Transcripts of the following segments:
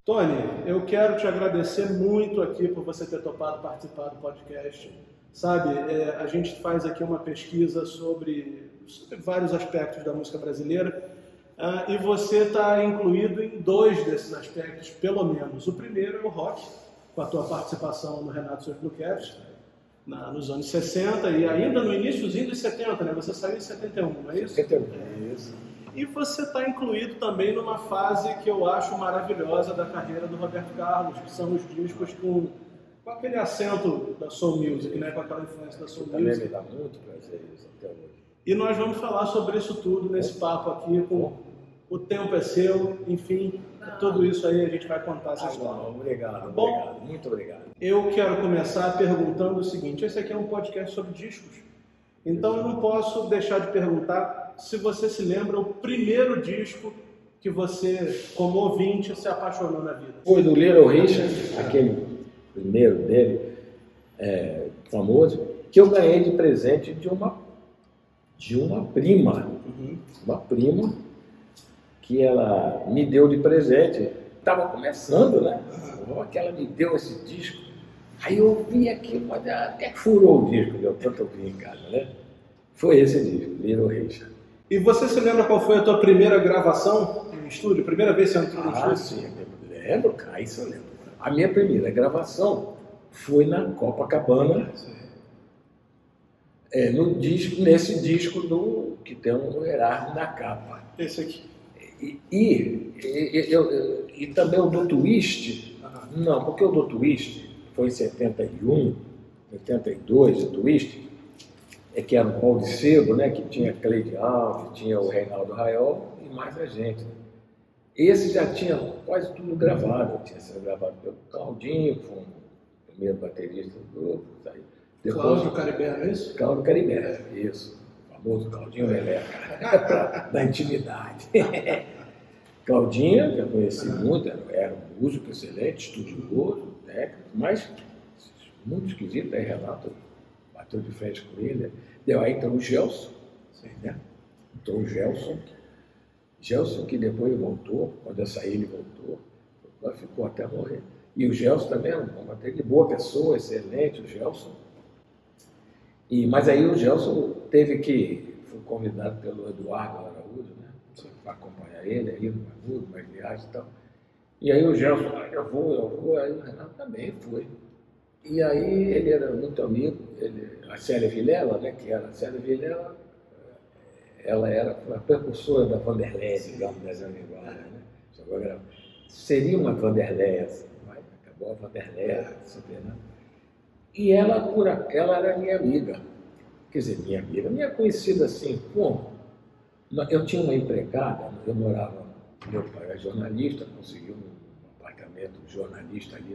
Tony, eu quero te agradecer muito aqui por você ter topado participar do podcast. Sabe, a gente faz aqui uma pesquisa sobre vários aspectos da música brasileira e você está incluído em 2 desses aspectos, pelo menos. O primeiro é o rock, com a tua participação no Renato Seus Blue Caps, nos anos 60 e ainda no iníciozinho dos 70, né? Você saiu em 71, não é isso? 71, é isso. E você está incluído também numa fase que eu acho maravilhosa da carreira do Roberto Carlos, que são os discos com aquele acento da Soul Music, né? Com aquela influência da Soul Também Music. me dá muito prazer isso até hoje. E nós vamos falar sobre isso tudo nesse papo aqui, com O Tempo é Seu, enfim, tudo isso aí a gente vai contar essa história. Obrigado, Bom, obrigado, muito obrigado. Eu quero começar perguntando o seguinte, esse aqui é um podcast sobre discos, então eu não posso deixar de perguntar se você se lembra o primeiro disco que você, como ouvinte, se apaixonou na vida. Foi do Little Richard, aquele primeiro dele, famoso, que eu ganhei de presente de uma prima. Uma prima que ela me deu de presente. Estava começando, né? Que ela me deu esse disco. Aí eu ouvi aquilo, mas até que furou o disco, deu tanto ouvir em casa, né? Foi esse disco, Little Richard. E você se lembra qual foi a tua primeira gravação no estúdio? Primeira vez que você entrou no estúdio? Sim, eu lembro, cara, isso eu lembro. A minha primeira gravação foi na Copacabana, nesse disco que tem um Erasmo na capa. Esse aqui. E também o do Twist, não, porque o do Twist foi em 71, 82, o Twist, que era o Paulo de Sebo, né, que tinha Cleide Alves, tinha o Reinaldo Raiol e mais a gente. Esse já tinha quase tudo gravado, tinha sido gravado pelo Claudinho, que foi o primeiro baterista do grupo. Depois, Cláudio Caribé, não é isso? Cláudio Caribé, isso. O famoso Claudinho Lelé, da intimidade. Claudinho, que eu conheci muito, era um músico excelente, estudioso, técnico, mas muito esquisito, aí Renato bateu de frente com ele. Deu aí então o Gelson, né? Então o Gelson que depois voltou, quando eu saí ele voltou, ficou até morrer. E o Gelson também era um baterista, boa pessoa, excelente, o Gelson. Mas aí o Gelson foi convidado pelo Eduardo Araújo, né? Para acompanhar ele aí no mais viagens e tal. E aí o Gelson, eu vou, aí o Renato também foi. E aí ele era muito amigo, a Célia Vilela, né, que era a Célia Vilela, ela era a precursora da Vanderlei, digamos, das Aniguara, né? Seria uma Vanderlei, assim, mas acabou a Vanderlei, super, né? E ela era minha amiga, quer dizer, minha conhecida assim, como? Eu tinha uma empregada, eu morava, meu pai era jornalista, conseguiu um apartamento de jornalista ali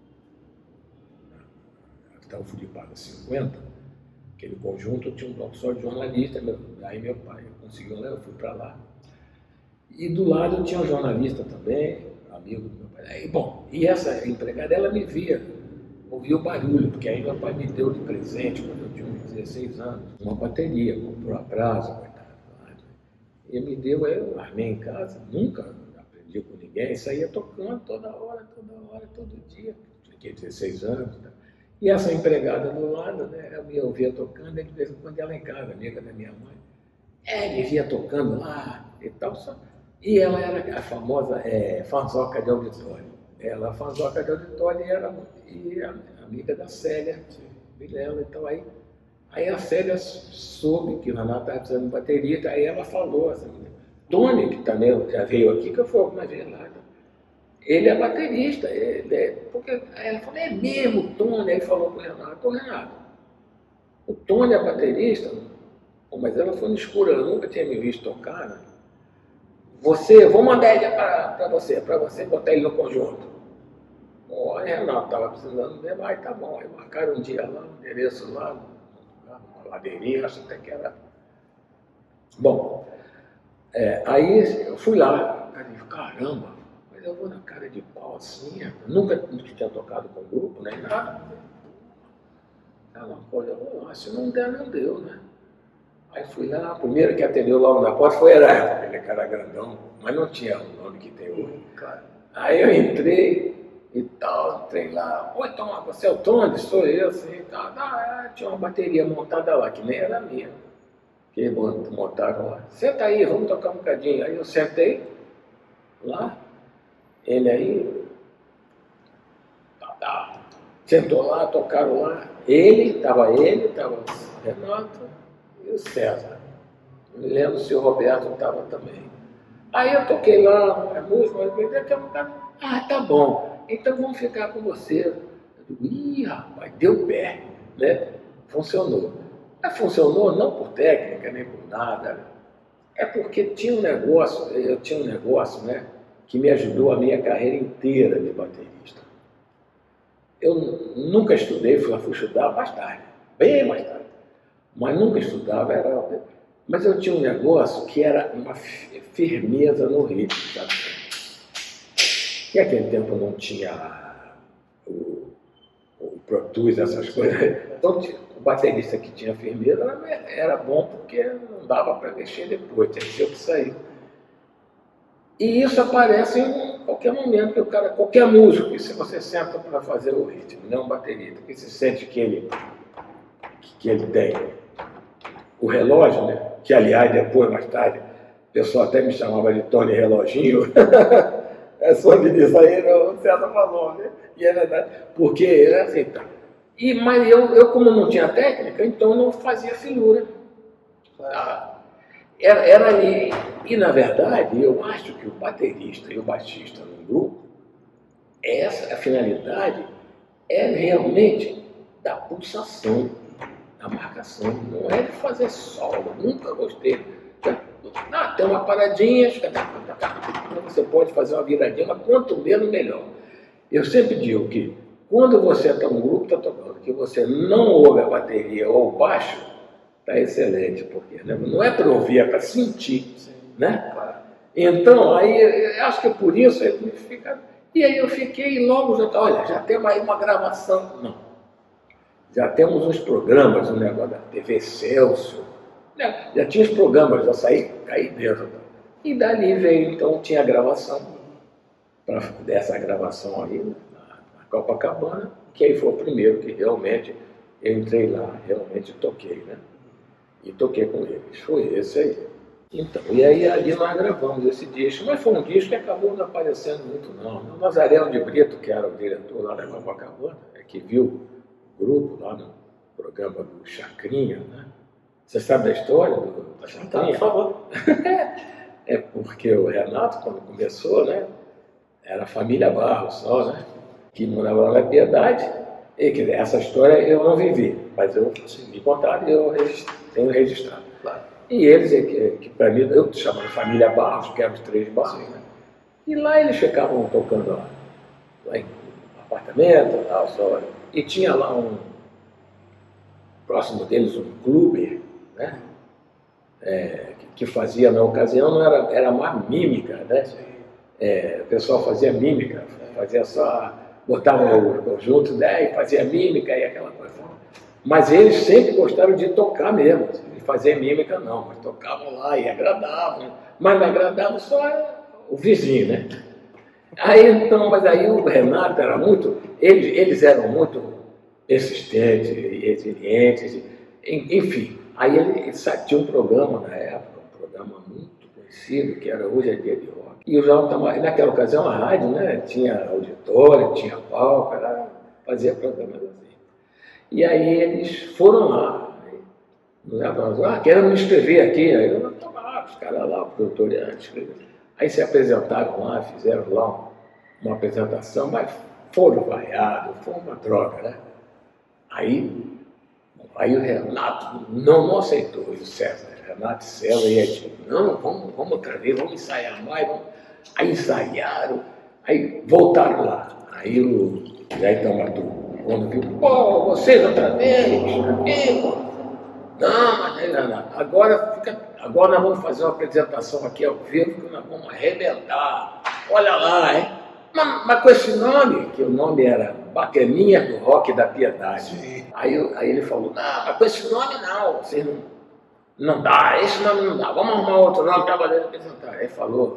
no Furipaga 50, aquele conjunto, tinha um bloco só de jornalista, aí meu pai conseguiu, eu fui para lá. E do lado tinha um jornalista também, amigo do meu pai. E essa empregada, ela me via, ouvia o barulho, porque aí meu pai me deu de presente, quando eu tinha uns 16 anos, uma bateria, comprou a prazo, coitado. E me deu, eu armei em casa, nunca aprendi com ninguém, saía tocando toda hora, todo dia. Tinha 16 anos, né? E essa empregada do lado, né, eu me ouvia tocando, e de vez em quando ela em casa, amiga da minha mãe, me via tocando lá e tal. E ela era a famosa fanzoca de auditório. Ela, fanzoca de auditório, era amiga da Célia Vilela. Então aí a Célia soube que o Renato estava precisando de bateria, aí ela falou assim, Tony, que também já veio aqui, que eu fui alguma vez lá. Ele é baterista, porque aí ela falou, é mesmo, Tony? Aí falou para o Renato, o Tony é baterista? Mas ela foi no escuro, ela nunca tinha me visto tocar, né? Vou mandar ele para você botar ele no conjunto. Aí Renato estava precisando ver, mas tá bom, aí marcaram um dia lá, um endereço lá, uma ladeirinha, acho até que era. Bom, aí eu fui lá, caramba, mas eu vou na cara de pau assim, eu nunca tinha tocado com grupo, nem nada. Ela, eu vou lá, se não der, não deu, né? Aí fui lá, a primeira que atendeu logo na porta foi Erasmo, aquele cara grandão, mas não tinha o nome que tem hoje. Aí eu entrei e tal, entrei lá. Oi, Tom, você é o Tony? Sou eu, assim, tal. Tinha uma bateria montada lá, que nem era minha. Que montaram lá. Senta aí, vamos tocar um bocadinho. Aí eu sentei lá, ele aí, sentou lá, tocaram lá. Estava o Renato e o César. Não me lembro se o Roberto estava também. Aí eu toquei lá a música, tá bom, então vamos ficar com você. Eu digo, ih, rapaz, deu pé, né? Funcionou. Mas funcionou não por técnica, nem por nada. É porque eu tinha um negócio, né, que me ajudou a minha carreira inteira de baterista. Eu nunca estudei, fui estudar mais tarde, bem mais tarde. Mas nunca estudava, mas eu tinha um negócio que era uma firmeza no ritmo, sabe? E naquele tempo não tinha o Pro Tools, essas coisas. Então o baterista que tinha firmeza era bom porque não dava para mexer depois, tinha que ser o que sair. E isso aparece em qualquer momento, que o cara, qualquer músico, que se você senta para fazer o ritmo, não um baterista, que se sente que ele tem o relógio, né? Que aliás depois, mais tarde, o pessoal até me chamava de Tony Reloginho. É sobre isso aí, o César falou, né? E é verdade, porque era assim, tá. Mas eu, como não tinha técnica, então não fazia finura. Era ali. E, na verdade, eu acho que o baterista e o baixista num grupo, a finalidade é realmente da pulsação, da marcação. Não é de fazer solo, nunca gostei. Tem uma paradinha, você pode fazer uma viradinha, mas quanto menos, melhor. Eu sempre digo que quando você está num grupo, está tocando, que você não ouve a bateria ou o baixo, está excelente, porque né? Não é para ouvir, é para sentir. Sim. Né? Então, aí eu acho que é por isso ele fica. E aí eu fiquei e logo já temos aí uma gravação. Não. Já temos uns programas, um negócio da TV Celso. Já tinha os programas, já caí dentro. E dali veio, então, tinha a gravação, dessa gravação aí, na Copacabana, que aí foi o primeiro que realmente eu entrei lá, realmente toquei, né? E toquei com eles. Foi esse aí. Então, e aí ali nós gravamos esse disco, mas foi um disco que acabou não aparecendo muito não. O Nazareno de Brito, que era o diretor lá da Copacabana, que viu o grupo lá no programa do Chacrinha, né? Você sabe da história da Chacrinha? Tá, por favor. É porque o Renato, quando começou, né? Era a família Barros só, né? Que morava lá na Piedade. E que essa história eu não vivi, mas eu me contaram e eu tenho registrado. Claro. E eles, que para mim, eu chamo de família Barros, que eram os 3 Barros, né? E lá eles ficavam tocando lá em apartamento, tal, só. E tinha lá próximo deles um clube, né? Que fazia na ocasião, não era mais mímica, né? O pessoal fazia mímica, fazia só, botava o conjunto, né? E fazia mímica e aquela coisa. Mas eles sempre gostaram de tocar mesmo, de fazer mímica não, mas tocavam lá e agradavam, mas não agradavam só o vizinho, né? Aí então, mas aí o Renato era muito, eles eram muito persistentes e resilientes, enfim. Aí ele tinha um programa na época, um programa muito conhecido, que era Hoje é Dia de Rock. E o João naquela ocasião a rádio, né? Tinha auditório, tinha palco, fazia programas assim. E aí eles foram lá, querem me inscrever aqui. Aí eu estava lá, os caras lá, o produtor escreveu. Aí se apresentaram lá, fizeram lá uma apresentação, mas foram vaiados, foi uma droga, né? Aí o Renato não aceitou, e o César, Renato e César, e aí não, vamos outra vez, vamos ensaiar mais. Aí ensaiaram, aí voltaram lá. Aí estava tudo. Quando viu, pô, vocês outra vez, aqui, pô. Não, mas não. Agora nós vamos fazer uma apresentação aqui ao vivo que nós vamos arrebentar. Olha lá, hein? Mas com esse nome, que o nome era Bacaninha do Rock da Piedade. Aí ele falou, não, mas com esse nome não, vocês não dá, esse nome não dá, vamos arrumar outro nome para poder apresentar. Aí falou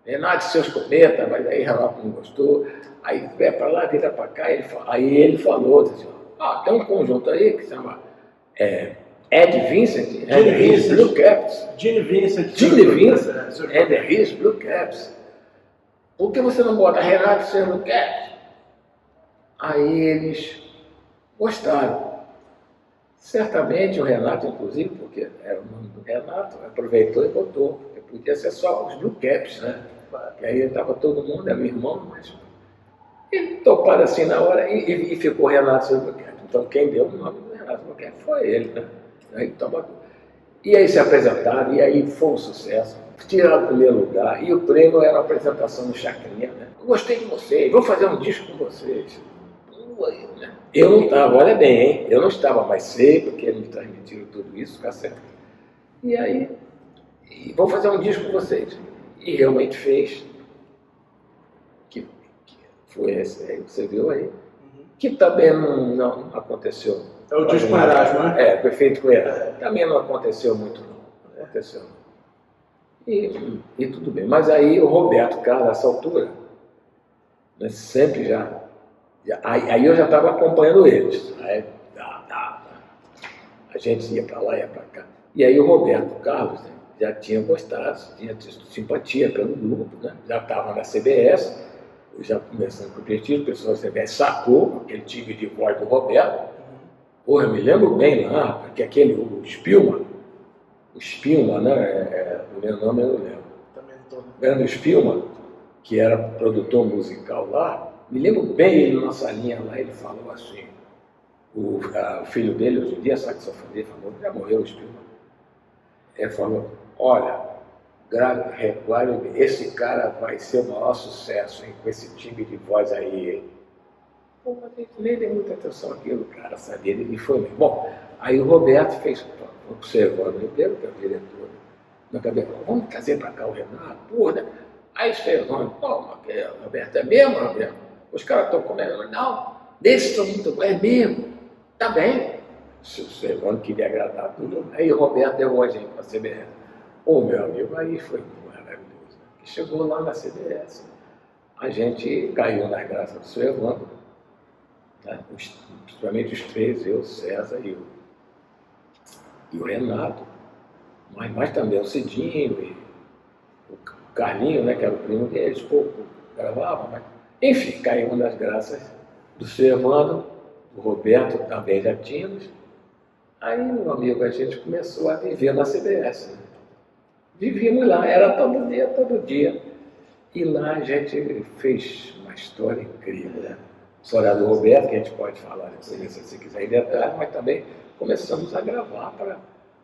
Renato e seus cometas, mas aí Renato não gostou. Aí vai para lá, vira para cá. Aí ele falou assim, tem um conjunto aí que se chama Ed Vincent and his Blue Caps. Gene Vincent and his Blue Caps. Por que você não bota Renato e seus Blue Caps? Aí eles gostaram. Certamente o Renato, inclusive, porque era o nome do Renato, aproveitou e botou, porque podia ser só os Blue Caps, né? E aí estava todo mundo, era meu irmão, mas ele toparam assim na hora e ficou Renato seu Blue Caps. Então quem deu o nome do Renato Blue Caps foi ele, né? E aí se apresentaram, e aí foi um sucesso. Tiraram o primeiro lugar, e o prêmio era a apresentação no Chacrinha, né? Eu gostei de vocês, vou fazer um disco com vocês. Né? Eu não estava, olha bem, hein? Eu não estava, mas sei, porque eles me transmitiram tudo isso, fica certo. E aí, vou fazer um disco com vocês. E realmente fez. Que foi esse aí, você viu aí. Que também não aconteceu. É o disco Erasmo, né? Perfeito com Erasmo. Também não aconteceu muito, não. Aconteceu. E tudo bem. Mas aí o Roberto Carlos, nessa altura, né, sempre aí eu já estava acompanhando eles. Aí, a gente ia para lá, ia para cá. E aí o Roberto Carlos, né, já tinha gostado, tinha tido simpatia pelo grupo, né? Já estava na CBS, já começando com o prestígio, o pessoal da CBS sacou aquele time de voz do Roberto. Porra, eu me lembro bem lá, porque o Spielman, né? O meu nome eu não lembro. Era o Spielman, que era produtor musical lá. Me lembro bem ele na salinha lá, ele falou assim, o filho dele, hoje em dia, saxofonista, já morreu o Spielman. Ele falou, olha, esse cara vai ser o maior sucesso, hein, com esse time de voz aí. Pô, mas a gente nem deu muita atenção àquilo, cara, sabia? Ele foi mesmo. Bom, aí o Roberto fez, observando o Ribeiro, que é o diretor, na cabeça, vamos trazer para cá o Renato, porra, né? Aí Servando, pô, Roberto, é mesmo, Roberto? Os caras estão comendo, não, desses estão muito bom, é mesmo, tá bem. O Servando queria agradar tudo, aí o Roberto levou a gente para a CBS. Ô, meu amigo, aí foi maravilhoso. Né? Chegou lá na CBS, a gente caiu na graça do Servando, né? Principalmente os três, eu, César e o Renato, mas também o Cidinho e o Carlinho, né, que era o primo deles, pouco gravava, mas enfim, caiu nas graças do Servando, o Roberto também já tínhamos. Aí, meu amigo, a gente começou a viver na CBS. Né? Vivíamos lá, era todo dia. E lá a gente fez uma história incrível, né? A história do Roberto, que a gente pode falar se você quiser em detalhe, mas também começamos a gravar para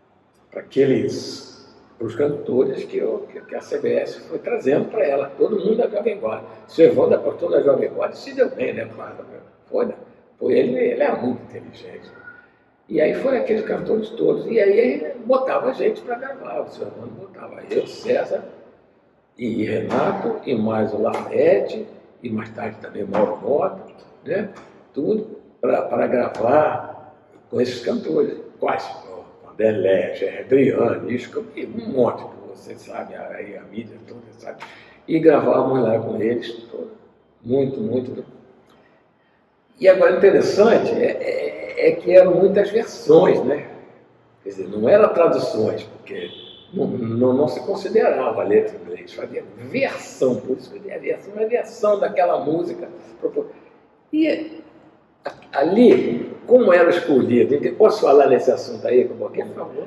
os cantores que a CBS foi trazendo para ela. Todo mundo da Jovem Guarda. O Servando apostou na Jovem Guarda e se deu bem, né? Foi ele é muito inteligente. E aí foi aqueles cantores todos. E aí ele botava a gente para gravar. O Servando botava eu, César e Renato, e mais o Lafayette, e mais tarde também o Mauro Mota, né? Tudo para gravar com esses cantores. Quais? Vanderlei, Adriano, isso, e um monte que você sabe, aí a mídia toda sabe. E gravávamos lá com eles, todo. Muito. E agora interessante é que eram muitas versões, né? Quer dizer, não eram traduções, porque não se considerava a letra em inglês, fazia versão, por isso que eu versão, uma versão daquela música. E ali, como era escolhido, posso falar nesse assunto aí, por favor?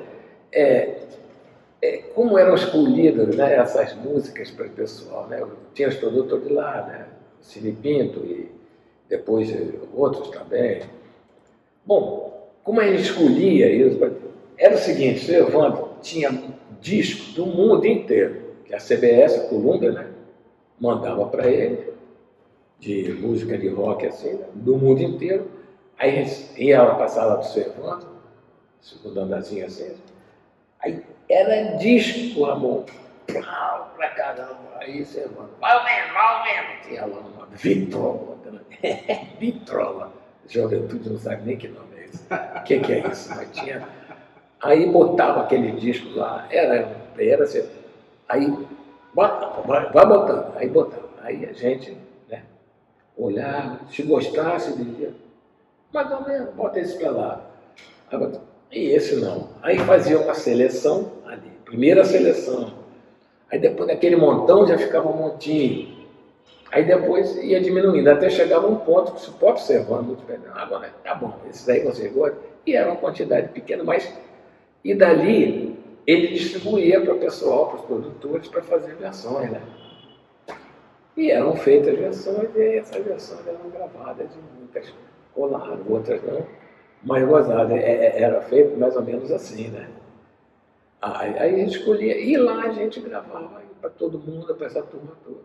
Como eram escolhidas, né, essas músicas para o pessoal, né? Tinha os produtores de lá, né? O Cine Pinto e depois outros também. Bom, como a gente escolhia isso, era o seguinte, o Servando tinha discos do mundo inteiro, que a CBS, a Columbia, né, mandava para ele, de música de rock assim, né, do mundo inteiro. Aí ia lá para a sala do Servando, segundo andazinho assim, aí era disco, amor, pra caramba, aí Servando, vai vendo, tinha lá uma vitrola, vitrola, juventude não sabe nem que nome é esse, o que é isso, mas tinha, aí botava aquele disco lá, era assim, aí vai botando. Aí botava. Aí a gente, né, olhava, se gostasse, dizia, mais ou menos, bota esse para lá. Aí botava. E esse não. Aí fazia uma seleção ali, primeira seleção. Aí depois daquele montão já ficava um montinho. Aí depois ia diminuindo, até chegava um ponto que você pode observar muito bem. Agora, tá bom, esses aí você gosta. E era uma quantidade pequena, mas... E dali, ele distribuía para o pessoal, para os produtores, para fazer versões, né? E eram feitas versões, e essas versões eram gravadas, e muitas colaram, outras não. Mas gozada, era feito mais ou menos assim, né? Aí a gente escolhia, e lá a gente gravava para todo mundo, para essa turma toda.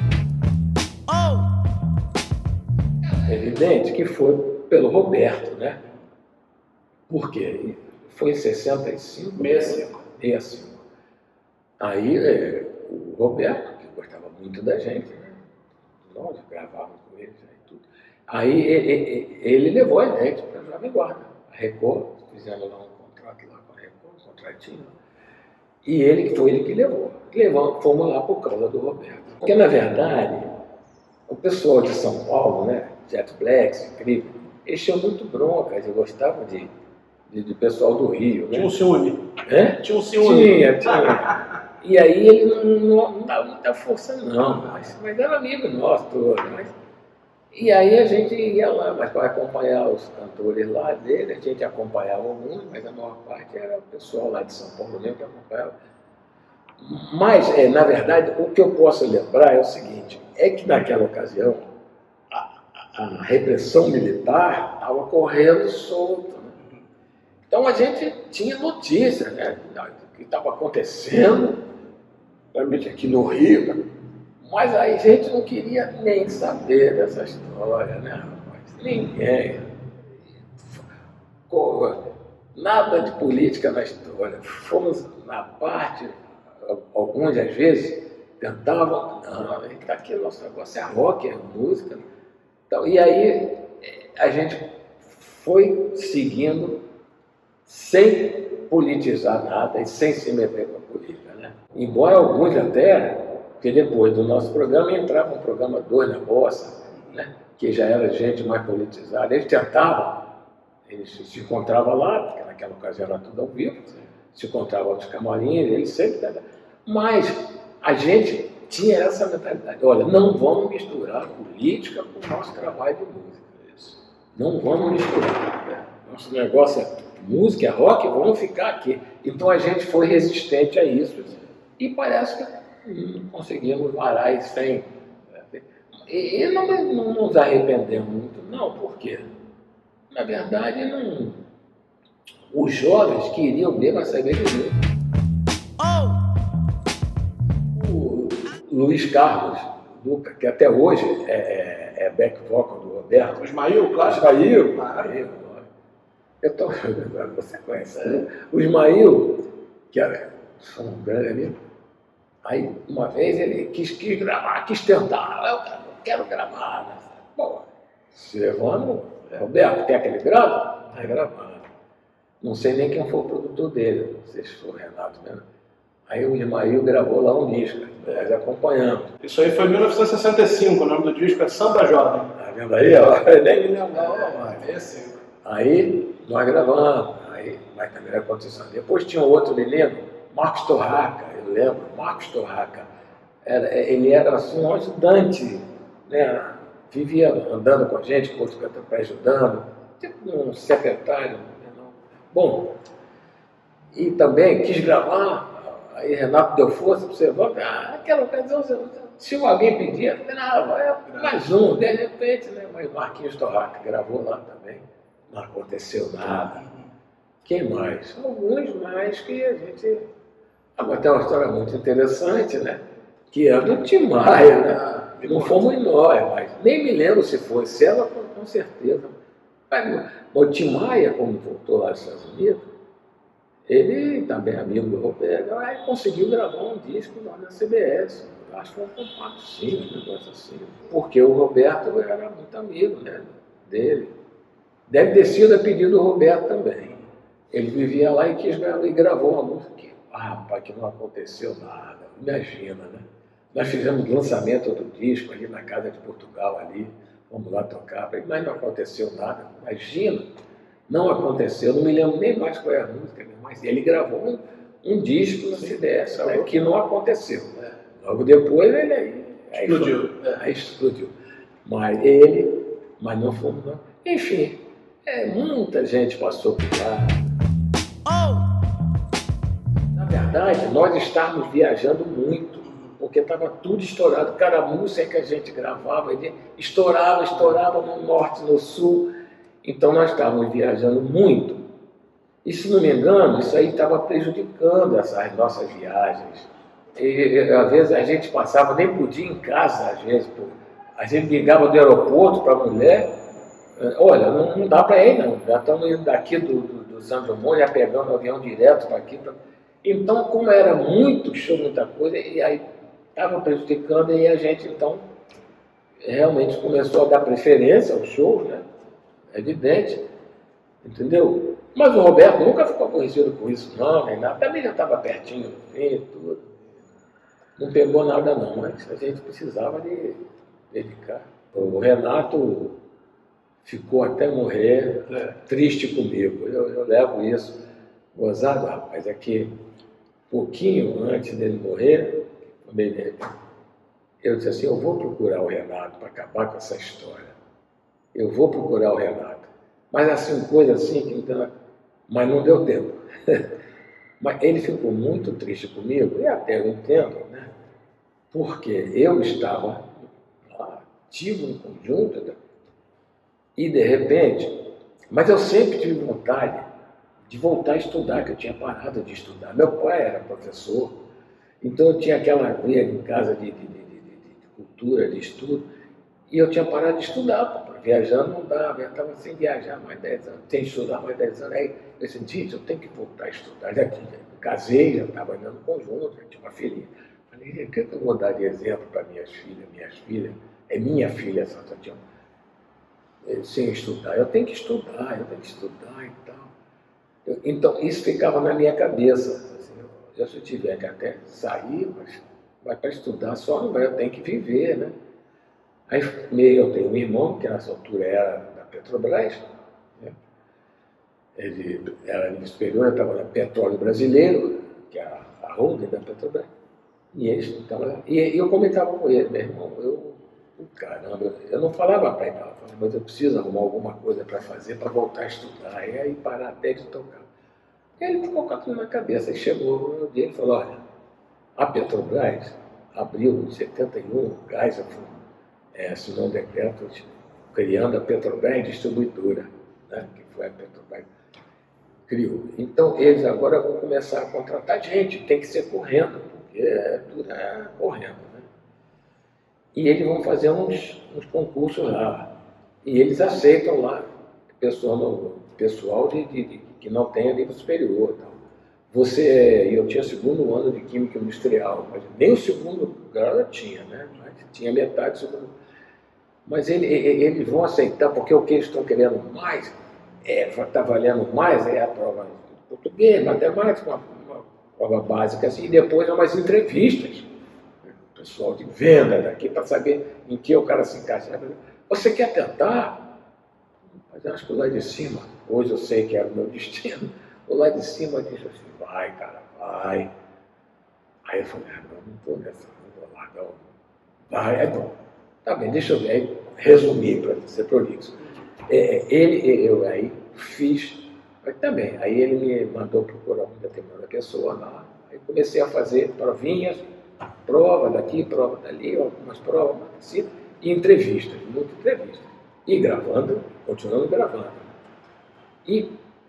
É evidente que foi pelo Roberto, né? Por quê? Foi em 65? 65. Aí o Roberto, que gostava muito da gente, né? Nós gravávamos com ele e tudo. Aí ele levou a gente para a Jovem Guarda, a Record, fizemos lá um contrato lá com a Record, um contratinho. E foi ele que levou. Fomos lá por causa do Roberto. Porque, na verdade, o pessoal de São Paulo, né, Jet Blacks, incrível, eles tinham muito bronca, eles gostavam de pessoal do Rio, né? Tinha um ciúme. Tinha um ciúme. Tinha. E aí ele não dava muita força não, mas era amigo nosso todo. E aí a gente ia lá, mas para acompanhar os cantores lá dele, a gente acompanhava alguns, mas a maior parte era o pessoal lá de São Paulo mesmo que acompanhava. Mas, na verdade, o que eu posso lembrar é o seguinte, é que naquela ocasião a repressão militar estava correndo solta. Né? Então a gente tinha notícia, né, do que estava acontecendo, principalmente aqui no Rio, mas a gente não queria nem saber dessa história, né, rapaz? Ninguém. Nada de política na história. Fomos na parte, alguns às vezes tentavam, não, aqui o nosso negócio é rock, é música. Então, e aí a gente foi seguindo sem politizar nada e sem se meter com a política, né? Embora alguns até, porque depois do nosso programa entrava um programa 2 na Bossa, né? Que já era gente mais politizada, eles tentavam, eles se encontravam lá, porque naquela ocasião era tudo ao vivo, se encontravam nos camarins, eles sempre tentavam. Mas a gente tinha essa mentalidade, olha, não vamos misturar política com o nosso trabalho de música. Isso. Não vamos misturar. Né? Nosso negócio é música, é rock, vamos ficar aqui. Então a gente foi resistente a isso e parece que conseguimos varar isso sem... E não nos arrependemos muito, não, por quê? Na verdade, não... os jovens queriam mesmo a cerveja de música. O Luiz Carlos, que até hoje é back vocal do Roberto. O Ismael, claro. Ismael. Eu estou jogando, você conhece, né? O Ismael, que era um grande amigo, aí uma vez ele quis gravar, quis tentar, eu quero gravar. Né? Bom, se levando, Roberto, quer que ele grave? Vai gravando. Não sei nem quem foi o produtor dele, não sei se foi o Renato mesmo. Aí o Ismael gravou lá um disco, nós acompanhamos. Isso aí foi em 1965, o nome do disco é Samba Jovem. Tá vendo aí, ó? Eu nem me lembrava mais. 65. Aí nós gravamos, mas também aconteceu. Depois tinha outro menino, Marcos Torraca, eu lembro, Marcos Torraca. Ele era assim, um ajudante, né? Vivia andando com a gente, com outro cantor ajudando, tipo um secretário. Né? Bom, e também quis gravar. Aí Renato deu força, observou, aquela ocasião, se alguém pedia, grava, mais um, de repente, né? Mas Marquinhos Torraca gravou lá também, não aconteceu nada. Quem mais? Alguns mais que a gente... Agora tem uma história muito interessante, né? Que é do Tim Maia, né? Não fomos nós, mas nem me lembro se foi, se ela com certeza. Mas o Tim Maia, como voltou lá dos Estados Unidos, ele também, amigo do Roberto, aí conseguiu gravar um disco lá na CBS. Acho que foi um compacto simples, um negócio assim. Porque o Roberto era muito amigo, né, dele. Deve ter sido a pedido do Roberto também. Ele vivia lá e quis gravar, e gravou uma música que rapaz, que não aconteceu nada. Imagina, né? Nós fizemos o lançamento do disco ali na Casa de Portugal, ali, vamos lá tocar, mas não aconteceu nada. Imagina, não aconteceu, não me lembro nem mais qual é a música, mas ele gravou um disco na CDS, né, que não aconteceu. Logo depois ele aí explodiu. Mas não fomos, não. Enfim, muita gente passou por lá. Na verdade, nós estávamos viajando muito, porque estava tudo estourado. Cada música que a gente gravava, estourava no norte, no sul. Então nós estávamos viajando muito. E se não me engano, isso aí estava prejudicando essas nossas viagens. E às vezes a gente passava, nem podia ir em casa, às vezes. A gente ligava do aeroporto para a mulher, olha, não dá para ir não, já estamos indo daqui do São Drummond, já pegando o avião direto para aqui. Então, como era muito show, muita coisa, e aí estava prejudicando, e a gente então realmente começou a dar preferência aos shows, né? É evidente, entendeu? Mas o Roberto nunca ficou aborrecido com isso, não, nem nada. Também já estava pertinho do fim, tudo. Não pegou nada não, mas a gente precisava de dedicar. O Renato ficou até morrer triste comigo. Eu levo isso gozado, rapaz. É que pouquinho antes dele morrer, eu disse assim, eu vou procurar o Renato para acabar com essa história. Eu vou procurar o Renato. Mas assim, coisa assim, mas não deu tempo. Mas ele ficou muito triste comigo, e até eu entendo, né? Porque eu estava ativo no conjunto, e de repente, mas eu sempre tive vontade de voltar a estudar, que eu tinha parado de estudar. Meu pai era professor, então eu tinha aquela veia em casa de cultura, de estudo, e eu tinha parado de estudar, viajando não dava, eu estava sem viajar mais 10 anos, sem estudar mais 10 anos. Aí eu disse, eu tenho que voltar a estudar. Já casei, já estava andando no conjunto, já tinha uma filhinha. Falei, o que eu vou dar de exemplo para minhas filhas? Minhas filhas, é minha filha, só tinha sem estudar. Eu tenho que estudar e tal. Então, isso ficava na minha cabeça. Assim, se eu tiver que até sair, mas vai para estudar só, não vai, eu tenho que viver, né? Aí eu tenho um irmão, que nessa altura era da Petrobras, né? Ele era nível superior, estava na Petróleo Brasileiro, que é a holding da Petrobras, e ele estava lá. E eu comentava com ele, meu irmão, caramba, eu não falava para ele, mas eu preciso arrumar alguma coisa para fazer, para voltar a estudar, e aí parar até de tocar. E ele ficou com aquilo na cabeça, e chegou um dia e falou, olha, a Petrobras abriu em 71 o gás, assinou um decreto criando a Petrobras Distribuidora, né, que foi a Petrobras criou. Então, eles agora vão começar a contratar gente, tem que ser correndo, porque tudo é correndo. Né? E eles vão fazer uns concursos lá, e eles aceitam lá pessoal que não tenha nível superior. Tal. Eu tinha segundo ano de Química Industrial, mas nem o segundo grau eu tinha, né? Mas tinha metade do segundo. Mas eles vão aceitar, porque o que eles estão querendo mais, está valendo mais, é a prova de português, matemática, uma prova básica assim, e depois umas entrevistas, o pessoal de venda daqui, para saber em que o cara se encaixa. Você quer tentar? Mas acho que o lá de cima, hoje eu sei que era o meu destino, o lá de cima disse assim, vai, cara, vai. Aí eu falei, não estou nessa, não vou lá, não. Vai, é bom. Tá bem, deixa eu resumir para ser prolixo. Eu aí fiz, mas também, aí ele me mandou procurar uma determinada pessoa lá, aí comecei a fazer provinhas, prova daqui, prova dali, algumas provas, assim, e entrevistas, muitas entrevistas. E gravando, continuando gravando. E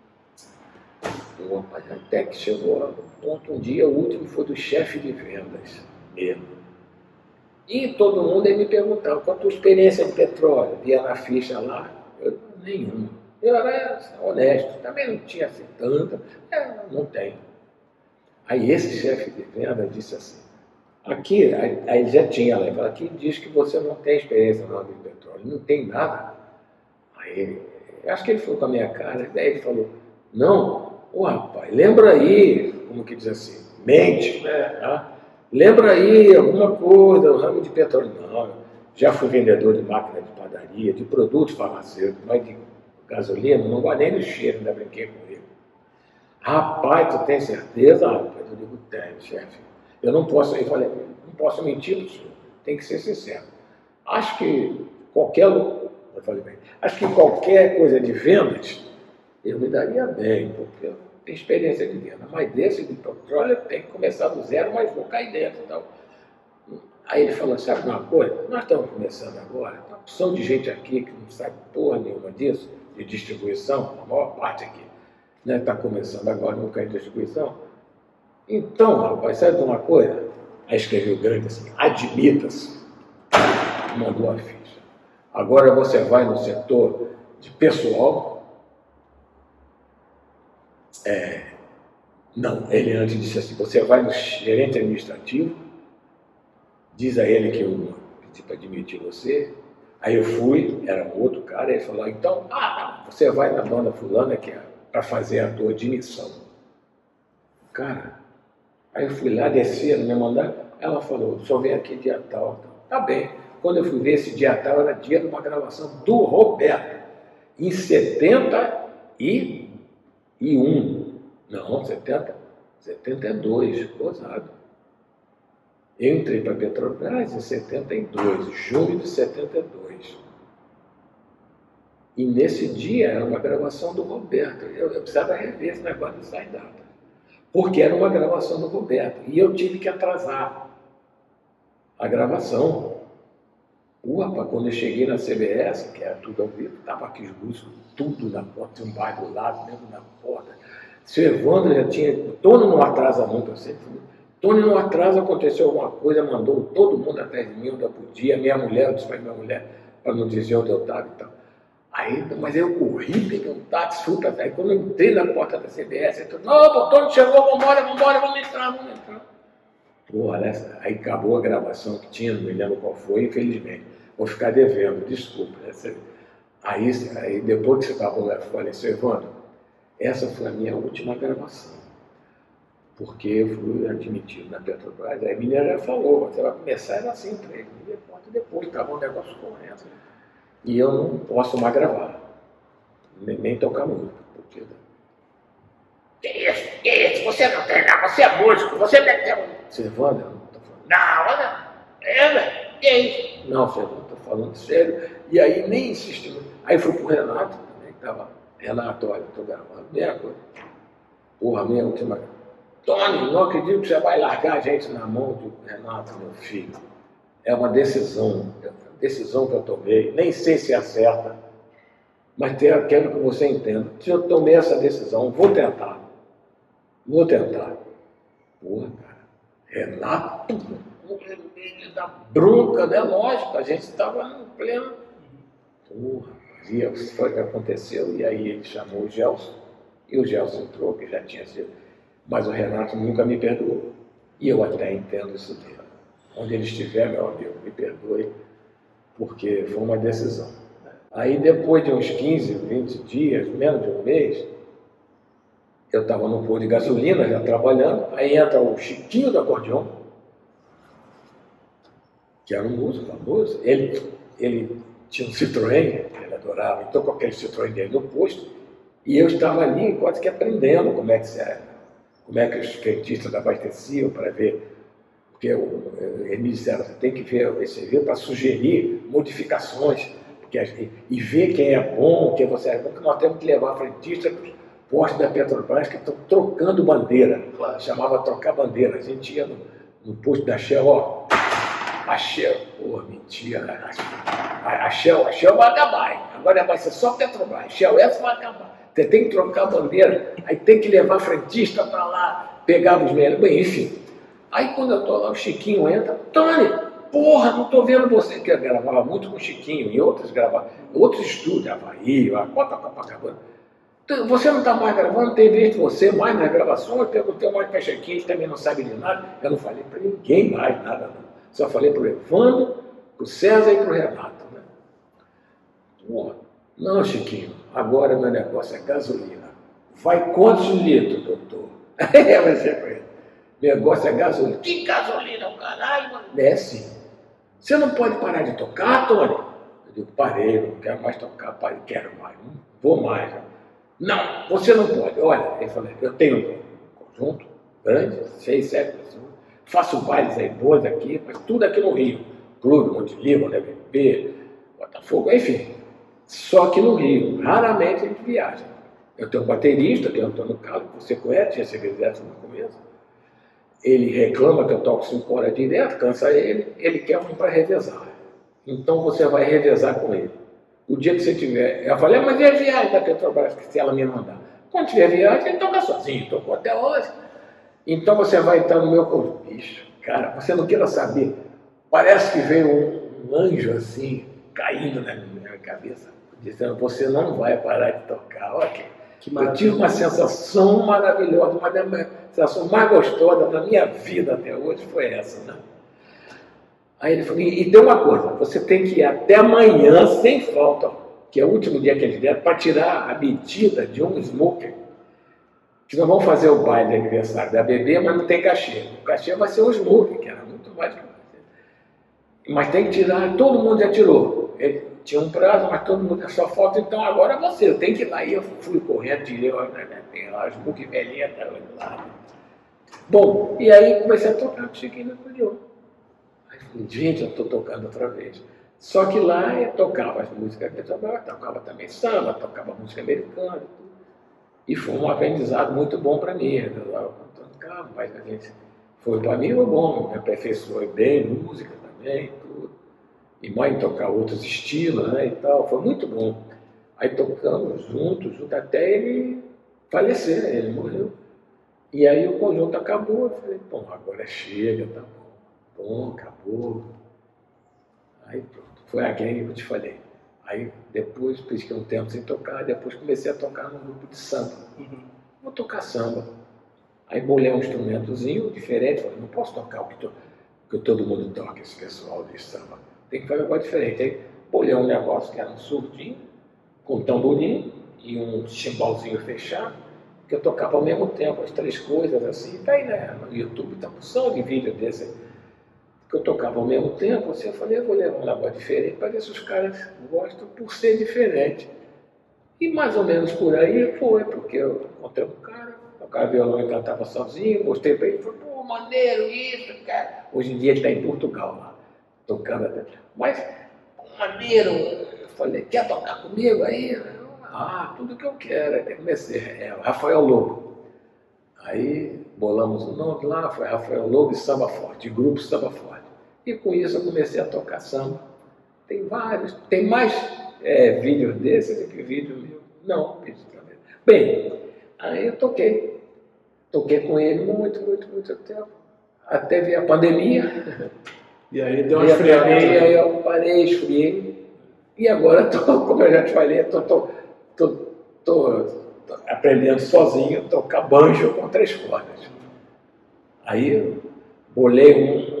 até que chegou a ponto um dia, o último foi do chefe de vendas mesmo. E todo mundo aí me perguntava, qual a tua experiência de petróleo? Via na ficha lá, nenhuma. Eu era honesto, também não tinha assim tanta, não tenho. Aí esse chefe de venda disse assim, aqui, aí ele já tinha levado, aqui diz que você não tem experiência no âmbito de petróleo, não tem nada. Aí, acho que ele falou com a minha cara, daí ele falou, não, rapaz, lembra aí, como que diz assim, mente. Tá? Lembra aí alguma coisa, o ramo de petróleo? Não, já fui vendedor de máquina de padaria, de produtos farmacêuticos, mas de gasolina, não gosto nem do cheiro, ainda brinquei com ele. Rapaz, tu tem certeza? Rapaz, eu digo, tenho, chefe. Eu não posso, eu falei, não posso mentir pro senhor, tem que ser sincero. Acho que acho que qualquer coisa de vendas, eu me daria bem, porque eu tenho experiência de venda, mas desse de petróleo eu tenho que começar do zero, mas vou cair dentro. Então. Aí ele falou, sabe uma coisa? Nós estamos começando agora, tem uma opção de gente aqui que não sabe porra nenhuma disso, de distribuição, a maior parte aqui, né, está começando agora, não cai em distribuição. Então, rapaz, sabe de uma coisa? Aí escreveu grande assim, admita-se, mandou a ficha. Agora você vai no setor de pessoal. Não, ele antes disse assim, você vai no gerente administrativo, diz a ele que eu pedi para admitir você. Aí eu fui, era um outro cara, ele falou, então, você vai na dona fulana que é para fazer a tua admissão. Cara, aí eu fui lá, desci, ela me mandaram, ela falou, só vem aqui dia tal. Tá bem. Quando eu fui ver esse dia tal, era dia de uma gravação do Roberto, em 71. Não, 72, gozado. Eu entrei para a Petrobras em 72, junho de 72. E nesse dia era uma gravação do Roberto. Eu precisava rever esse negócio de sair data. Porque era uma gravação do Roberto. E eu tive que atrasar a gravação. Rapaz, quando eu cheguei na CBS, que era tudo ao vivo, estava aqui os músicos, tudo na porta, tinha um bar do lado, mesmo na porta. Seu Evandro já tinha. O Tony não atrasa muito, eu sempre fui. Tony não atrasa, aconteceu alguma coisa, mandou todo mundo atrás de mim, onde eu podia. Minha mulher, eu disse para minha mulher, para não dizer onde eu estava e tal. Aí, mas eu corri, peguei um táxi, fui para trás. Quando eu entrei na porta da CBS, eu falei, não, o Tony chegou, vamos embora, vamos entrar. Porra, aí acabou a gravação que tinha, não me lembro qual foi, infelizmente. Vou ficar devendo, desculpa. Aí depois que você acabou, eu falei, seu Evandro, essa foi a minha última gravação. Porque eu fui admitido na Petrobras. Aí a menina já falou, você vai começar era assim, 3 dias, depois, estava um negócio correndo. E eu não posso mais gravar, nem tocar música. Porque... Que isso? Você não tem nada, você é músico, você deve ter um... Silvana, eu não estou falando. Não, olha, que isso? Não, Silvana, estou falando sério. E aí nem insistiu. Aí fui pro Renato também, que estava, Renato, olha, estou gravando, mesma coisa. Porra, minha última... Tony, não acredito que você vai largar a gente na mão do Renato, meu filho. É uma decisão que eu tomei, nem sei se é certa, mas quero que você entenda. Se eu tomei essa decisão, vou tentar. Porra, cara, Renato, ele dá bronca, né? Lógico, a gente estava no pleno. Porra, e foi o que aconteceu, e aí ele chamou o Gelson, e o Gelson entrou, que já tinha sido. Mas o Renato nunca me perdoou. E eu até entendo isso dele. Onde ele estiver, meu amigo, me perdoe, porque foi uma decisão. Aí depois de uns 15, 20 dias, menos de um mês, eu estava no posto de gasolina, já trabalhando, aí entra o Chiquinho do acordeão, que era um músico famoso, ele tinha um Citroën, ele adorava, então com aquele Citroën dele no posto, e eu estava ali quase que aprendendo como é que os skatistas abasteciam para ver, porque eles me disseram, você tem que ver esse vídeo para sugerir modificações, e ver quem é bom, quem você é bom, que nós temos que levar frentistas para os postos da Petrobras que estão trocando bandeira, claro. Chamava trocar bandeira, a gente ia no posto da Shell, a Shell, porra, mentira, a Shell vai acabar, agora vai ser só Petrobras, Shell essa vai acabar. Você tem que trocar a bandeira, aí tem que levar frentista para lá, pegar os melhores. Bem, enfim. Aí quando eu estou lá, o Chiquinho entra, Tony, porra, não estou vendo você, que eu gravava muito com o Chiquinho, e outros estúdios, Havaí, Copacabana. Você não está mais gravando, tem visto você mais nas gravações, eu perguntei mais para o Chiquinho, ele também não sabe de nada, eu não falei para ninguém mais nada, não. Só falei para o Evandro, para o César e para o Renato. Né? Porra. Não, Chiquinho, agora meu negócio é gasolina. Vai quantos litros, doutor? Eu pensei para ele. negócio é gasolina. Que gasolina, caralho, mano? Desce. Você não pode parar de tocar, Tony? Eu digo, parei, não quero mais tocar, parei, quero mais, não vou mais. Não, você não pode. Olha, ele falou, eu tenho um conjunto grande, 6, 7 pessoas, faço bailes aí, boas aqui, mas tudo aqui no Rio. Clube, Monte Livre, DVP, Botafogo, enfim. Só que no Rio, raramente a gente viaja. Eu tenho um baterista, que é o Antônio Carlos, que você conhece, tinha sido exército no começo. Ele reclama que eu toco 5 horas direto, cansa ele quer um para revezar. Então você vai revezar com ele. O dia que você tiver... Eu falei, mas e a viagem da Petrobras, que se ela me mandar? Quando tiver viagem, ele toca sozinho, tocou até hoje. Então você vai entrar no meu conjunto. Bicho, cara, você não queira saber. Parece que veio um anjo assim, caindo na minha cabeça, dizendo, você não vai parar de tocar. Olha, eu tive uma sensação maravilhosa, uma das sensações mais gostosas da minha vida até hoje foi essa, né? Aí ele falou, e tem uma coisa, você tem que ir até amanhã, sem falta, que é o último dia que eles deram, para tirar a medida de um smoker, que nós vamos fazer o baile de aniversário da bebê, mas não tem cachê. O cachê vai ser o smoker, que era muito mais do que mas tem que tirar, todo mundo já tirou. Ele tinha um prazo, mas todo mundo só falta, então agora você, eu tenho que ir lá. E eu fui correndo, tirei, tem lá as book velhinhas lá. Bom, e aí comecei a tocar, cheguei no acordeon. Aí falei, gente, eu estou tocando outra vez. Só que lá eu tocava as músicas americanas, tocava também samba, tocava música americana. E foi um aprendizado muito bom para mim. Eu tocava, mas a gente foi para mim, foi bom, me aperfeiçoei bem, música também, tudo. E mais tocar outros estilos, né, e tal, foi muito bom. Aí tocamos juntos, até ele falecer, ele morreu. E aí o conjunto acabou, eu falei, bom, agora chega, tá bom, acabou. Aí pronto, foi aquele que eu te falei. Aí depois, fiquei um tempo sem tocar, depois comecei a tocar num grupo de samba. Vou tocar samba. Aí bolei um instrumentozinho diferente, falei, não posso tocar o que todo mundo toca, esse pessoal de samba. Tem que fazer um negócio diferente. Aí bolei um negócio que era um surdinho, com um tamborim e um chimbalzinho fechado, que eu tocava ao mesmo tempo, as 3 coisas assim. Tá aí, né? No YouTube tá porção de vídeo desse que eu tocava ao mesmo tempo. Assim, eu falei, eu vou levar um negócio diferente para ver se os caras gostam por ser diferente. E mais ou menos por aí foi, porque eu encontrei um cara, tocava violão e cantava sozinho, mostrei para ele, falei, pô, maneiro isso, cara. Hoje em dia ele está em Portugal lá, tocando até. Mas, maneiro, eu falei, quer tocar comigo aí? Tudo que eu quero. Aí comecei, Rafael Lobo. Aí bolamos o nome lá, foi Rafael Lobo e Samba Forte, grupo Samba Forte. E com isso eu comecei a tocar samba. Tem vários, tem mais vídeos desses do que vídeo meu. Não, vídeo pra ver. Bem, aí eu toquei com ele muito tempo, até vir a pandemia. E aí deu uma esfriada. Aí eu parei, esfriei. E agora, como eu já te falei, estou aprendendo sozinho a tocar banjo com 3 cordas. Aí eu bolei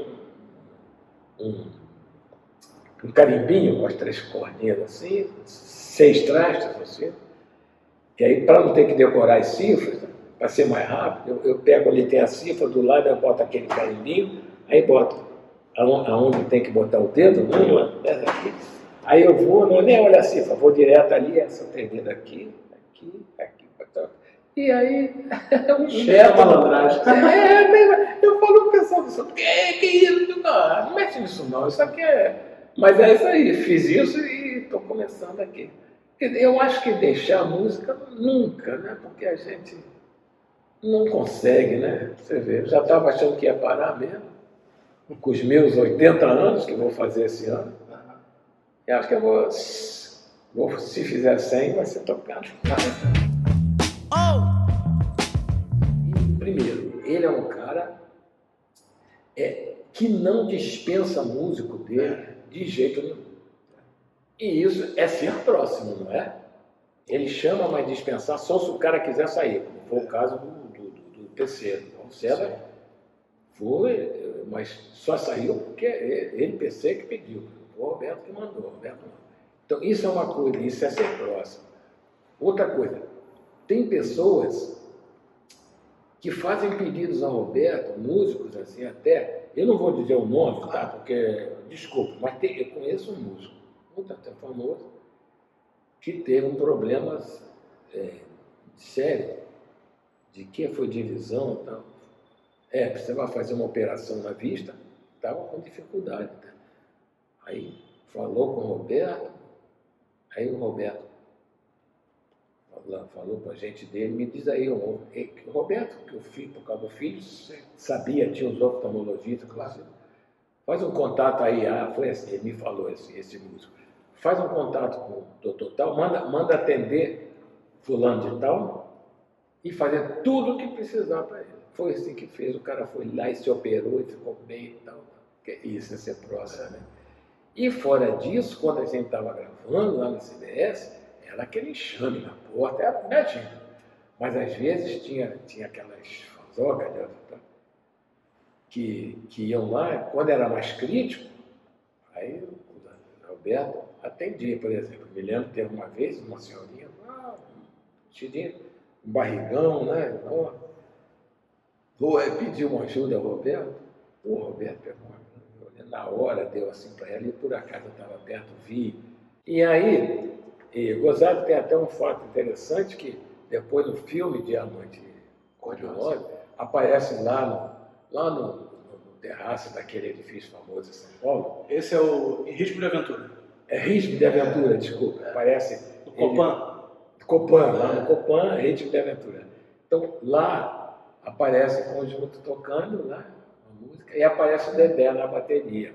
um carimbinho com as 3 cordinhas assim, 6 trastes assim. E aí, para não ter que decorar as cifras, para ser mais rápido, eu pego ali, tem a cifra do lado, eu boto aquele carimbinho, aí boto aonde tem que botar o dedo, aqui. Aí eu vou, não nem olho a cifra, vou direto ali, essa tem dedo aqui. E aí, cheia a malandragem. Eu falo pro pessoal, que isso? Não mexe nisso não, isso aqui é... Mas é isso aí, fiz isso e estou começando aqui. Eu acho que deixar a música nunca, né? Porque a gente não consegue, né? Você vê, eu já estava achando que ia parar mesmo, com os meus 80 anos, que eu vou fazer esse ano. Eu acho que eu vou se fizer 100, vai ser tocado. Primeiro, ele é um cara que não dispensa músico dele de jeito nenhum. E isso é ser próximo, não é? Ele chama, mas dispensar só se o cara quiser sair, como foi o caso do terceiro. O César foi, mas só saiu porque ele PC que pediu. O Roberto que mandou. Então isso é uma coisa, isso é ser próximo. Outra coisa, tem pessoas que fazem pedidos ao Roberto, músicos assim até, eu não vou dizer o nome, tá? Porque, desculpa, mas eu conheço um músico, muito até famoso, que teve um problema sério, de que foi divisão e tal. Precisava fazer uma operação na vista, estava com dificuldade. Tá? Aí falou com o Roberto, aí o Roberto falou para a gente dele, me diz aí, o Roberto, que o filho, por causa do filho, sabia, tinha os oftalmologistas, claro. Faz um contato aí, foi assim, ele me falou esse músico, faz um contato com o doutor tal, manda atender fulano de tal e fazer tudo o que precisar para ele. Foi assim que fez, o cara foi lá e se operou e ficou bem e tal. Isso é ser próximo, né? E fora disso, quando a gente estava gravando lá na CBS, era aquele enxame na porta, imagina. Mas às vezes tinha aquelas fanzocas, né, que iam lá, quando era mais crítico, aí o Roberto atendia, por exemplo. Me lembro que teve uma vez uma senhorinha, um barrigão, né? Pediu uma ajuda ao Roberto. O Roberto pegou na hora, deu assim para ela, e por acaso eu estava perto, vi. E aí, gozado, tem até um fato interessante que depois no filme Diamante Cor-de-Rosa, aparece lá no terraço daquele edifício famoso em São Paulo. Esse é o Ritmo de Aventura. É Ritmo de Aventura, desculpa. Aparece... O Copan. Copan, lá no Copan, Ritmo de Aventura. Então, lá aparece o conjunto tocando, lá, a música, e aparece o Dedé na bateria.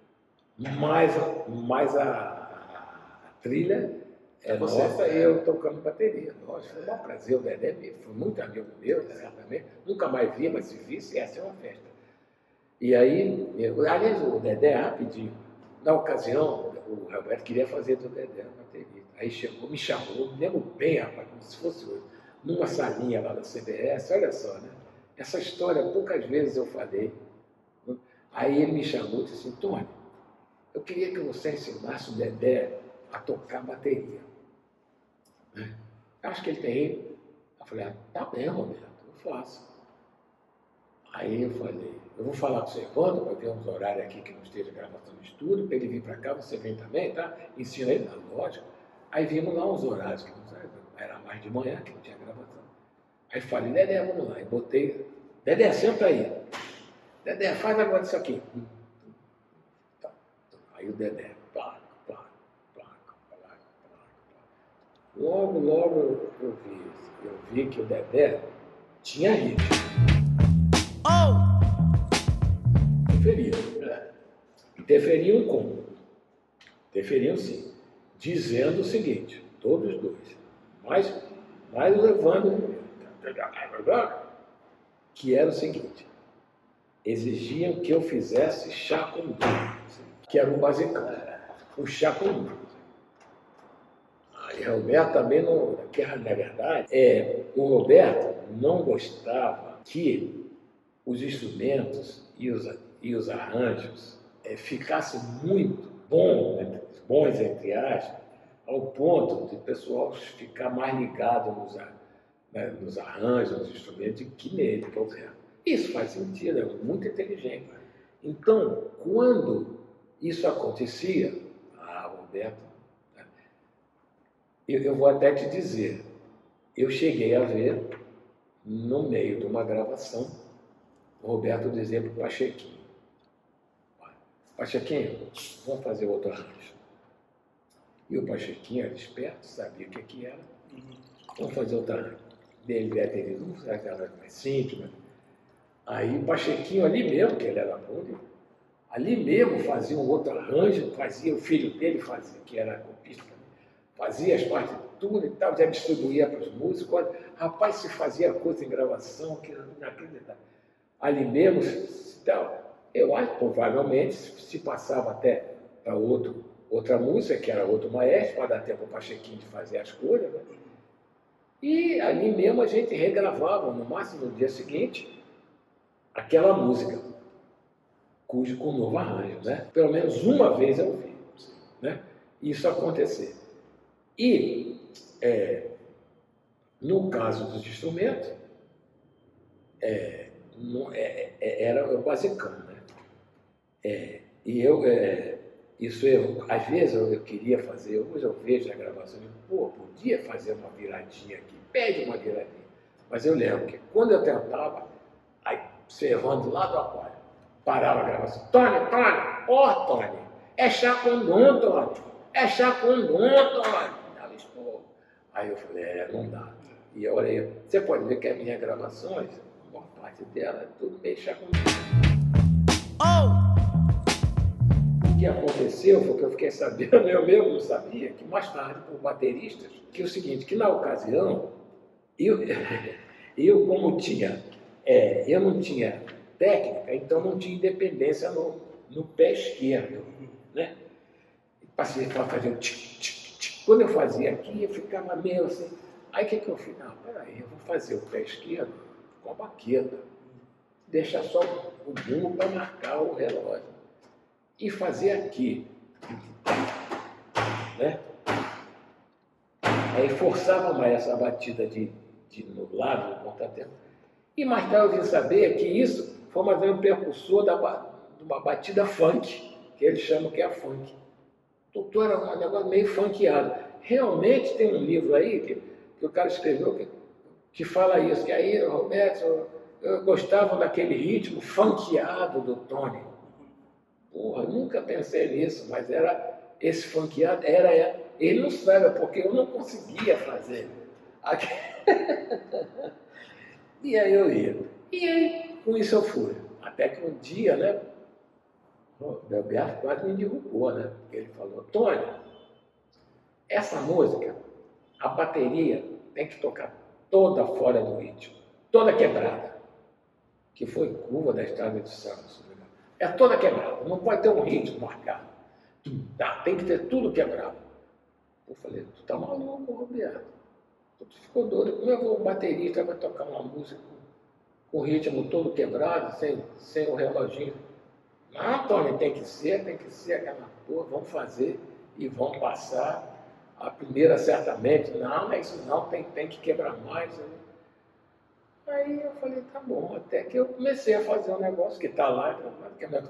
Mas a trilha é nossa e eu tocando bateria. Nossa, foi um prazer, o Dedé foi muito amigo meu, certamente. Nunca mais vi, mas se visse, ia ser uma festa. E aí, aliás, o Dedé, rapidinho, na ocasião, o Roberto queria fazer do Dedé a bateria. Aí chegou, me chamou, me lembro bem, rapaz, como se fosse hoje, numa salinha lá da CBS, olha só, né? Essa história poucas vezes eu falei. Aí ele me chamou e disse assim, Tony, eu queria que você ensinasse o Dedé a tocar bateria. Né? Acho que ele tem. Eu falei, tá bem, Roberto, eu faço. Aí eu falei, eu vou falar com o Servando para ver uns horários aqui que não esteja gravação no estúdio, para ele vir para cá, você vem também, tá? Ensina ele, lógico. Aí vimos lá uns horários que não era mais de manhã, que não tinha gravação. Aí falei, Dedé, vamos lá. E botei, Dedé, senta aí. Dedé, faz agora isso aqui. Tá. Aí o Dedé, placa. Logo eu vi que o Dedé tinha ritmo. Interferiam como? Interferiam sim, dizendo o seguinte, todos os dois, mas levando, que era o seguinte, exigiam que eu fizesse chá com duro, que era o basicão, o chá com duro. E o Roberto também não, que na verdade, o Roberto não gostava que os instrumentos e os arranjos ficassem muito bons, entre aspas, ao ponto de o pessoal ficar mais ligado nos arranjos, nos instrumentos, que nele, por exemplo. Isso faz sentido, é muito inteligente. Então, quando isso acontecia, Roberto, eu vou até te dizer, eu cheguei a ver, no meio de uma gravação, o Roberto dizer para o Pachequinho, Pachequinho, vamos fazer outro arranjo. E o Pachequinho era esperto, sabia o que era. Vamos fazer outro arranjo. Ele deve ter dito, vamos fazer aquele arranjo mais simples. Né? Aí o Pachequinho ali mesmo, que ele era bom, ali mesmo fazia um outro arranjo, o filho dele fazia, que era copista, fazia as partituras e tal, já distribuía para os músicos. Rapaz, se fazia coisa em gravação que não acreditava. Ali mesmo, então, eu acho que provavelmente se passava até para outra música, que era outro maestro, para dar tempo para o Pachequinho de fazer as coisas. Né? E ali mesmo a gente regravava, no máximo no dia seguinte, aquela música, com novo arranjo. Né? Pelo menos uma vez eu vi, né? Isso acontecer. E, no caso dos instrumentos, era o basicão, né? Às vezes eu queria fazer, hoje eu vejo a gravação e podia fazer uma viradinha aqui, pede uma viradinha. Mas eu lembro que quando eu tentava, aí Servando lá do aquário, parava a gravação. Tony, Tony, é chá com dom, Tony, é chá com dom, Tony. Dava esporro. Aí eu falei, não dá. E eu olhei, você pode ver que as minhas gravações, uma parte dela, é tudo meio chá com dom. O que aconteceu foi que eu fiquei sabendo, eu mesmo não sabia, que mais tarde, por bateristas, que é o seguinte, que na ocasião, eu como tinha, eu não tinha técnica, então não tinha independência no pé esquerdo, né? Passei para fazer o tic. Quando eu fazia aqui, eu ficava meio assim. Aí o que eu fiz? Não, peraí, eu vou fazer o pé esquerdo com a baqueta, deixar só o bumbo para marcar o relógio. E fazer aqui, né? Aí forçava mais essa batida de no lado, no contratempo. E mais tarde eu vim saber que isso foi mais ou menos um percussor de uma batida funk, que eles chamam que é a funk. Doutor, era um negócio meio funkeado. Realmente tem um livro aí que o cara escreveu que fala isso, que aí, Roberto, eu gostava daquele ritmo funkeado do Tony. Porra, nunca pensei nisso, mas era esse funkeado, ele não sabe, porque eu não conseguia fazer. E aí eu ia. E aí, com isso eu fui. Até que um dia, né, o Belberto quase me derrubou, né? Ele falou, Tony, essa música, a bateria tem que tocar toda fora do ritmo, toda quebrada. Que foi curva da Estrada de Santos. É toda quebrada, não pode ter um ritmo marcado. Tem que ter tudo quebrado. Eu falei, tu tá maluco, Roberto? Tu ficou doido. Como eu vou, o baterista vai tocar uma música com o ritmo todo quebrado, sem o reloginho? Não, Tony, tem que ser aquela porra, vamos fazer e vamos passar. A primeira certamente, não, é isso não, tem que quebrar mais. Aí eu falei, tá bom, até que eu comecei a fazer um negócio que está lá, que é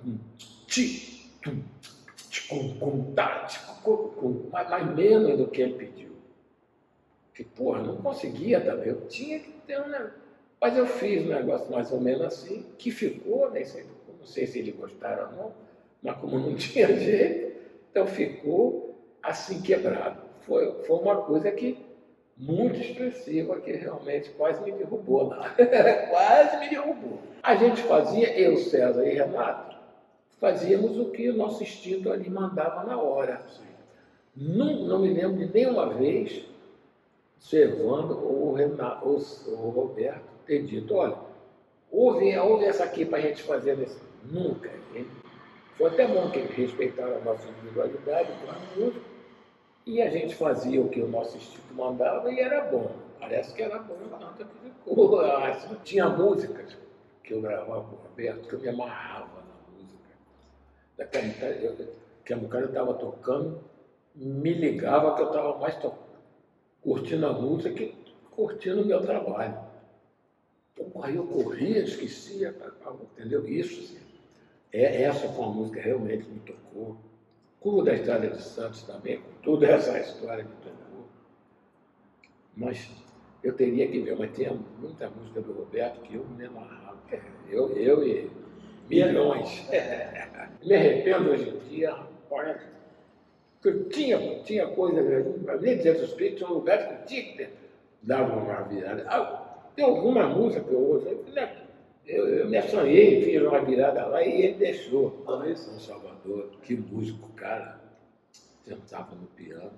mas menos do que ele pediu. Porque, porra, não conseguia também, eu tinha que ter um negócio. Mas eu fiz um negócio mais ou menos assim, que ficou, nem sei, não sei se eles gostaram ou não, mas como não tinha jeito, então ficou assim quebrado. Foi uma coisa que muito expressiva, que realmente quase me derrubou lá. Quase me derrubou. A gente fazia, eu, César e Renato, fazíamos o que o nosso instinto ali mandava na hora. Não me lembro de nenhuma vez Servando ou o Roberto ter dito, olha, ouve essa aqui para a gente fazer nesse. Nunca. Foi até bom que eles respeitaram a nossa individualidade como músico. E a gente fazia o que o nosso instinto mandava e era bom. Parece que era bom, tanto que ficou. Tinha músicas que eu gravava com o Roberto, que eu me amarrava na música. Que o cara estava tocando, me ligava que eu estava mais curtindo a música que curtindo o meu trabalho. Então, aí eu corria, esquecia, entendeu? Isso, assim. Essa foi uma música que realmente me tocou. Curva da Estrada de Santos também, com toda essa história que tocou. Mas eu teria que ver, mas tinha muita música do Roberto que eu me amarrava. Eu e milhões. Me arrependo hoje em dia, rapaz, porque tinha coisa, nem dizer suspeito, tinha um lugar que eu tinha que ter dado uma virada. Tem alguma música que eu ouço, eu me sonhei, fiz uma virada lá e ele deixou. Lá em São Salvador, que músico, cara, sentava no piano.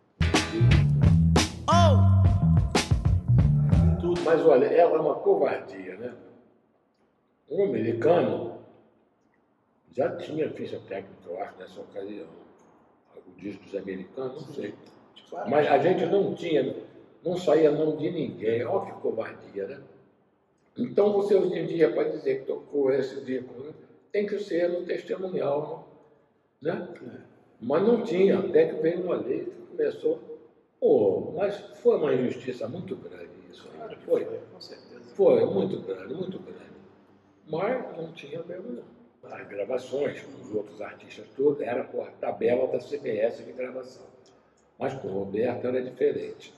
Mas olha, ela é uma covardia, né? Um americano já tinha ficha técnica, eu acho, nessa ocasião. O disco dos americanos, não sei. Mas a gente não tinha, não saía nome de ninguém. Olha que covardia, né? Então você hoje em dia pode dizer que tocou esse disco, tem que ser no testemunhal, né? Mas não tinha, até que veio uma lei que começou. Mas foi uma injustiça muito grande isso. isso aí. Claro que Foi, com certeza. foi muito grande, muito grande. Mas não tinha mesmo, não. As gravações com os outros artistas todos era por tabela da CBS de gravação. Mas com o Roberto era diferente.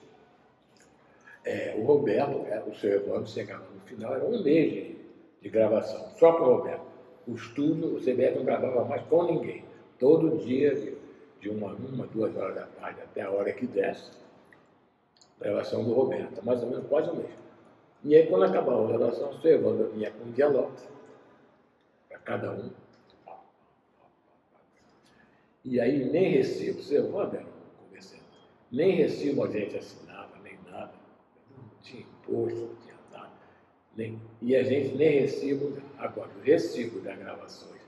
O Roberto, o seu Evandro chegava no final, era um mês de gravação, só para o Roberto. O estúdio, o CBS não gravava mais com ninguém. Todo dia, de 2 horas da tarde até a hora que desce, gravação do Roberto, mais ou menos quase um mês. E aí, quando acabava a gravação, o seu Evandro vinha com um envelope para cada um. E aí, nem recibo, o seu Evandro era conversando, nem recibo a gente assinava, nem nada. Não tinha imposto, não tinha nada. E a gente nem recibo, agora, o recibo das gravações.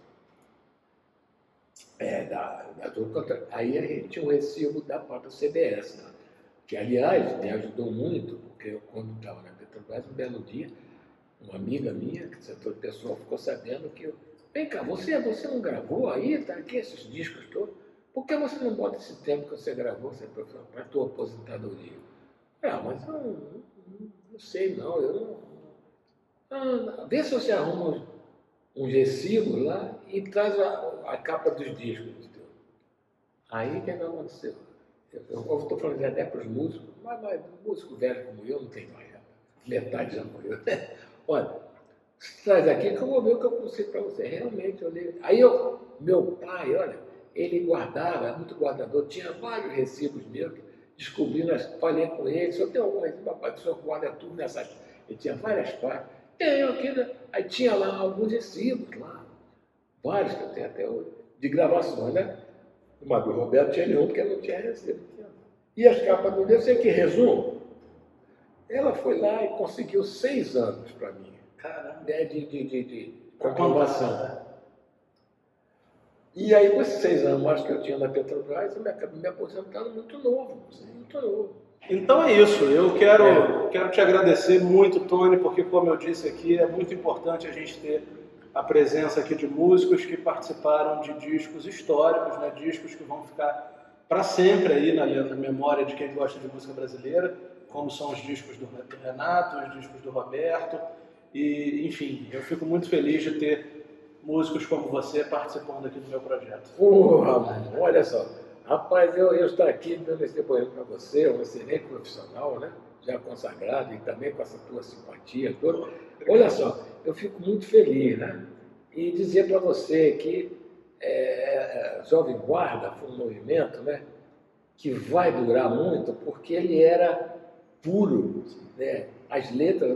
Aí a gente tinha um recibo da própria CBS, né? Que, aliás, me ajudou muito, porque eu, quando estava na Petrobras, um belo dia, uma amiga minha, que setor pessoal, ficou sabendo que vem cá, você não gravou aí, tá aqui esses discos todos? Por que você não bota esse tempo que você gravou para a tua aposentadoria? Mas eu não sei não, eu não... vê se você arruma uns recibos lá e traz a capa dos discos. Aí o que aconteceu? Eu estou falando até para os músicos, mas músico velho como eu não tem mais, metade já morreu. Olha, traz aqui que eu vou ver o que eu consigo para você. Realmente, eu li. Aí meu pai, olha, ele guardava, era muito guardador, tinha vários recibos meus, descobri, falei com ele, se eu tenho algum recibo, papai, que o senhor guarda tudo nessa. Ele tinha várias partes. Tenho aqui, né? Aí tinha lá alguns recibos lá, vários que eu tenho até hoje, de gravações, né? Mas do Roberto tinha nenhum, porque não tinha recibo. E as capas do livro, sei que resumo, ela foi lá e conseguiu 6 anos para mim. Caramba. De comprovação. E aí, com esses 6 anos mais que eu tinha na Petrobras, eu me acabei me aposentando muito novo. Muito novo. Então é isso. Eu quero te agradecer muito, Tony, porque, como eu disse aqui, é muito importante a gente ter a presença aqui de músicos que participaram de discos históricos, né? Discos que vão ficar para sempre aí na memória de quem gosta de música brasileira, como são os discos do Renato, os discos do Roberto. E, enfim, eu fico muito feliz de ter músicos como você participando aqui do meu projeto. Mano, olha só. Rapaz, eu estou aqui dando esse depoimento para você, um excelente profissional, né? Já consagrado e também com essa tua simpatia toda. Olha só, eu fico muito feliz, né? E dizer para você que Jovem Guarda foi um movimento, né, que vai durar muito, porque ele era puro, né? As letras,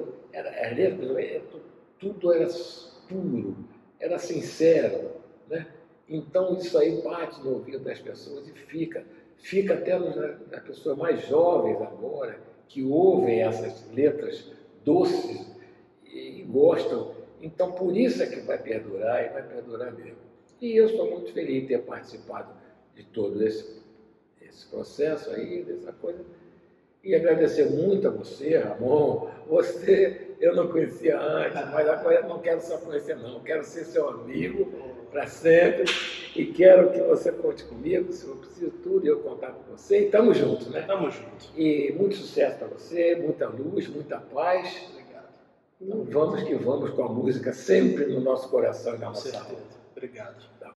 tudo era puro, era sincero, né? Então isso aí bate no ouvido das pessoas e fica até nas pessoas mais jovens agora, que ouvem essas letras doces e gostam. Então por isso é que vai perdurar e vai perdurar mesmo. E eu sou muito feliz de ter participado de todo esse processo aí, dessa coisa. E agradecer muito a você, Ramon. Você eu não conhecia antes, mas agora eu não quero só conhecer não, quero ser seu amigo para sempre. E quero que você conte comigo, se eu preciso tudo, eu contar com você. E estamos juntos, né? Estamos juntos. E muito sucesso para você, muita luz, muita paz. Obrigado. Então, vamos que vamos com a música sempre no nosso coração e na nossa alma. Obrigado.